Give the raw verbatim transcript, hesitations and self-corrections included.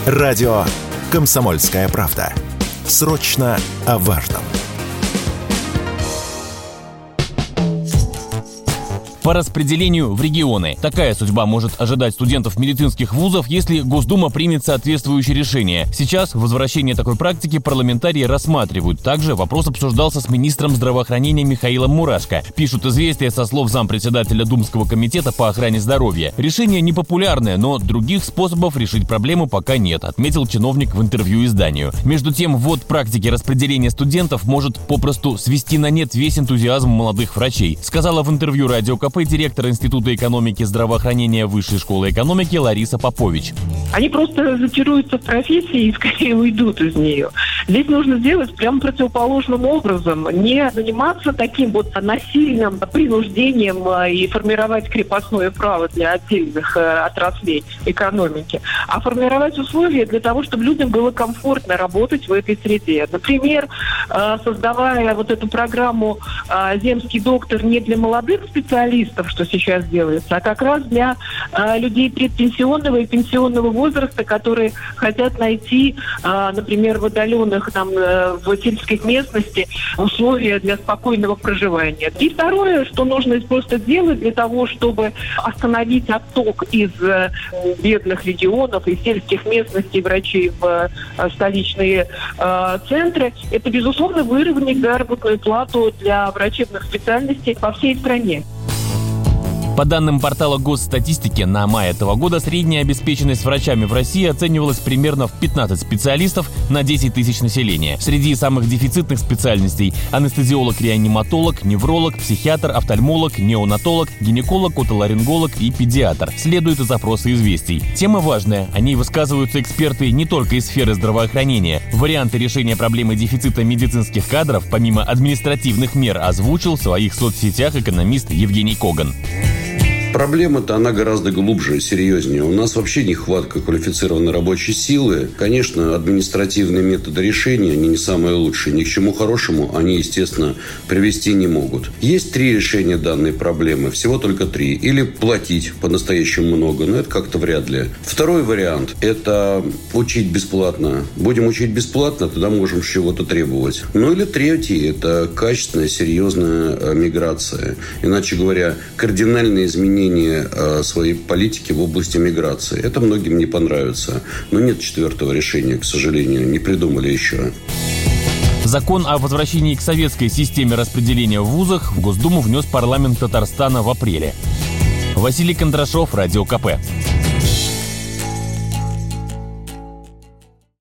Радио «Комсомольская правда». Срочно о важном. По распределению в регионы. Такая судьба может ожидать студентов медицинских вузов, если Госдума примет соответствующее решение. Сейчас возвращение такой практики парламентарии рассматривают. Также вопрос обсуждался с министром здравоохранения Михаилом Мурашко. Пишут «Известия» со слов зампредседателя Думского комитета по охране здоровья. Решение непопулярное, но других способов решить проблему пока нет, отметил чиновник в интервью изданию. Между тем, ввод практики распределения студентов может попросту свести на нет весь энтузиазм молодых врачей, сказала в интервью Радио КП директор Института экономики и здравоохранения Высшей школы экономики Лариса Попович. Они просто затируются в профессии и скорее уйдут из нее. Здесь нужно сделать прямо противоположным образом. Не заниматься таким вот насильным принуждением и формировать крепостное право для отдельных отраслей экономики, а формировать условия для того, чтобы людям было комфортно работать в этой среде. Например, создавая вот эту программу «Земский доктор» не для молодых специалистов, что сейчас делается, а как раз для а, людей предпенсионного и пенсионного возраста, которые хотят найти, а, например, в отдаленных там, в сельской местности условия для спокойного проживания. И второе, что нужно просто сделать для того, чтобы остановить отток из а, бедных регионов и сельских местностей врачей в а, столичные а, центры, это, безусловно, выровнять заработную плату для врачебных специальностей по всей стране. По данным портала госстатистики, на май этого года средняя обеспеченность врачами в России оценивалась примерно в пятнадцать специалистов на десять тысяч населения. Среди самых дефицитных специальностей – анестезиолог-реаниматолог, невролог, психиатр, офтальмолог, неонатолог, гинеколог, отоларинголог и педиатр. Следует из опроса «Известий». Тема важная, о ней высказываются эксперты не только из сферы здравоохранения. Варианты решения проблемы дефицита медицинских кадров, помимо административных мер, озвучил в своих соцсетях экономист Евгений Коган. Проблема-то она гораздо глубже, серьезнее. У нас вообще нехватка квалифицированной рабочей силы. Конечно, административные методы решения, они не самые лучшие. Ни к чему хорошему они, естественно, привести не могут. Есть три решения данной проблемы. Всего только три. Или платить по-настоящему много, но это как-то вряд ли. Второй вариант – это учить бесплатно. Будем учить бесплатно, тогда можем чего-то требовать. Ну или третий – это качественная, серьезная миграция. Иначе говоря, кардинальные изменения своей политики в области миграции. Это многим не понравится. Но нет четвертого решения, к сожалению. Не придумали еще. Закон о возвращении к советской системе распределения в вузах в Госдуму внес парламент Татарстана в апреле. Василий Кондрашов, Радио КП.